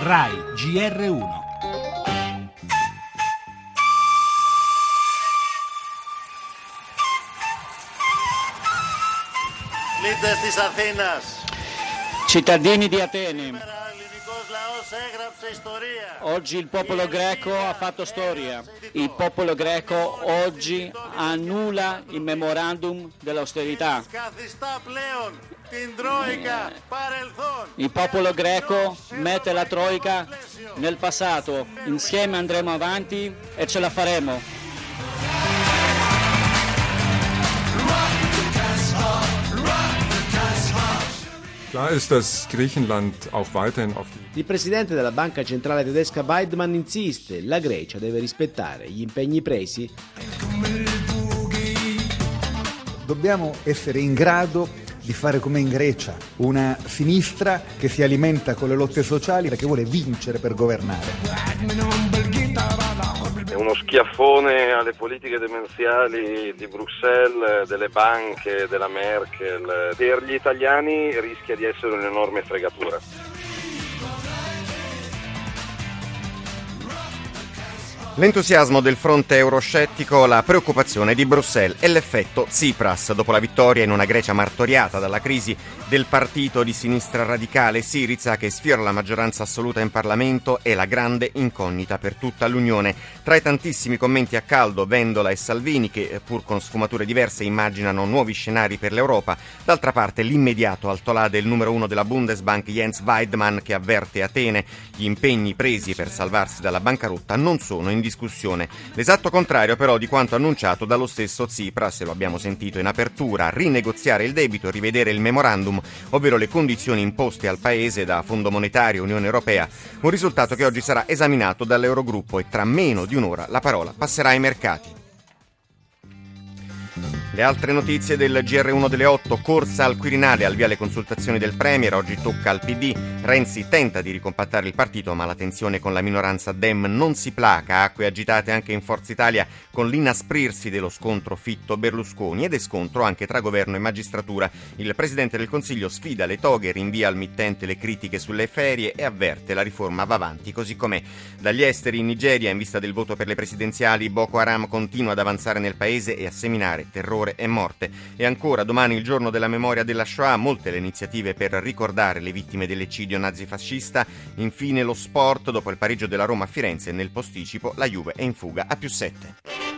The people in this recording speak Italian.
RAI GR1. Πολίτες της Αθήνας. Cittadini di Atene, oggi il popolo greco ha fatto storia. Il popolo greco oggi annulla il memorandum dell'austerità. Il popolo greco mette la troika nel passato. Insieme andremo avanti e ce la faremo. Klar ist, dass Griechenland auch weiterhin auf die Il presidente della banca centrale tedesca Weidmann insiste, la Grecia deve rispettare gli impegni presi. Dobbiamo essere in grado di fare come in Grecia, una sinistra che si alimenta con le lotte sociali e che vuole vincere per governare. È uno schiaffone alle politiche demenziali di Bruxelles, delle banche, della Merkel. Per gli italiani rischia di essere un'enorme fregatura. L'entusiasmo del fronte euroscettico, la preoccupazione di Bruxelles e l'effetto Tsipras. Dopo la vittoria in una Grecia martoriata dalla crisi del partito di sinistra radicale Syriza che sfiora la maggioranza assoluta in Parlamento, è la grande incognita per tutta l'Unione. Tra i tantissimi commenti a caldo, Vendola e Salvini, che pur con sfumature diverse immaginano nuovi scenari per l'Europa, d'altra parte l'immediato altolà del numero uno della Bundesbank Jens Weidmann, che avverte Atene: gli impegni presi per salvarsi dalla bancarotta non sono in discussione. L'esatto contrario però di quanto annunciato dallo stesso Tsipras, e lo abbiamo sentito in apertura: rinegoziare il debito e rivedere il memorandum, ovvero le condizioni imposte al paese da Fondo Monetario e Unione Europea, un risultato che oggi sarà esaminato dall'Eurogruppo e tra meno di un'ora la parola passerà ai mercati. Le altre notizie del GR1 delle 8: corsa al Quirinale, al via le consultazioni del Premier, oggi tocca al PD. Renzi tenta di ricompattare il partito, ma la tensione con la minoranza Dem non si placa. Acque agitate anche in Forza Italia con l'inasprirsi dello scontro Fitto-Berlusconi ed è scontro anche tra governo e magistratura. Il Presidente del Consiglio sfida le toghe, rinvia al mittente le critiche sulle ferie e avverte: la riforma va avanti così com'è. Dagli esteri, in Nigeria, in vista del voto per le presidenziali, Boko Haram continua ad avanzare nel paese e a seminare terrore e morte. E ancora, domani il giorno della memoria della Shoah, molte le iniziative per ricordare le vittime dell'eccidio nazifascista. Infine lo sport: dopo il pareggio della Roma a Firenze, nel posticipo la Juve è in fuga a +7.